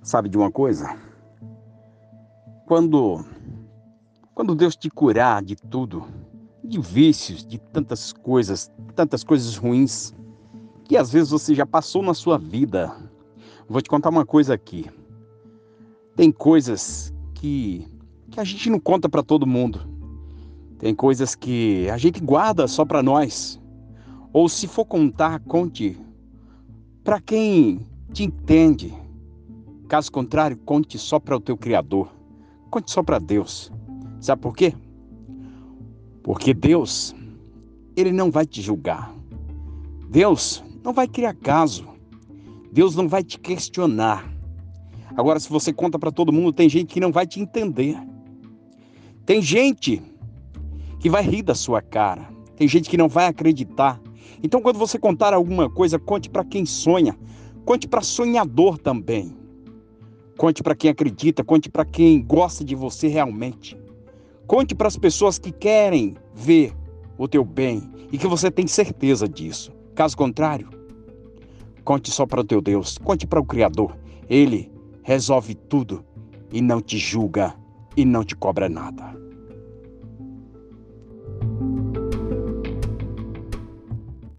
Sabe de uma coisa? Quando, quando Deus te curar de tudo, de vícios, de tantas coisas ruins, que às vezes você já passou na sua vida. Vou te contar uma coisa aqui. Tem coisas que a gente não conta para todo mundo. Tem coisas que a gente guarda só para nós. Ou se for contar, conte para quem te entende. Caso contrário, conte só para o teu Criador. Conte só para Deus. Sabe por quê? Porque Deus, Ele não vai te julgar. Deus não vai criar caso. Deus não vai te questionar. Agora, se você conta para todo mundo, tem gente que não vai te entender. Tem gente que vai rir da sua cara. Tem gente que não vai acreditar. Então, quando você contar alguma coisa, conte para quem sonha. Conte para sonhador também. Conte para quem acredita, conte para quem gosta de você realmente. Conte para as pessoas que querem ver o teu bem e que você tem certeza disso. Caso contrário, conte só para o teu Deus, conte para o Criador. Ele resolve tudo e não te julga e não te cobra nada.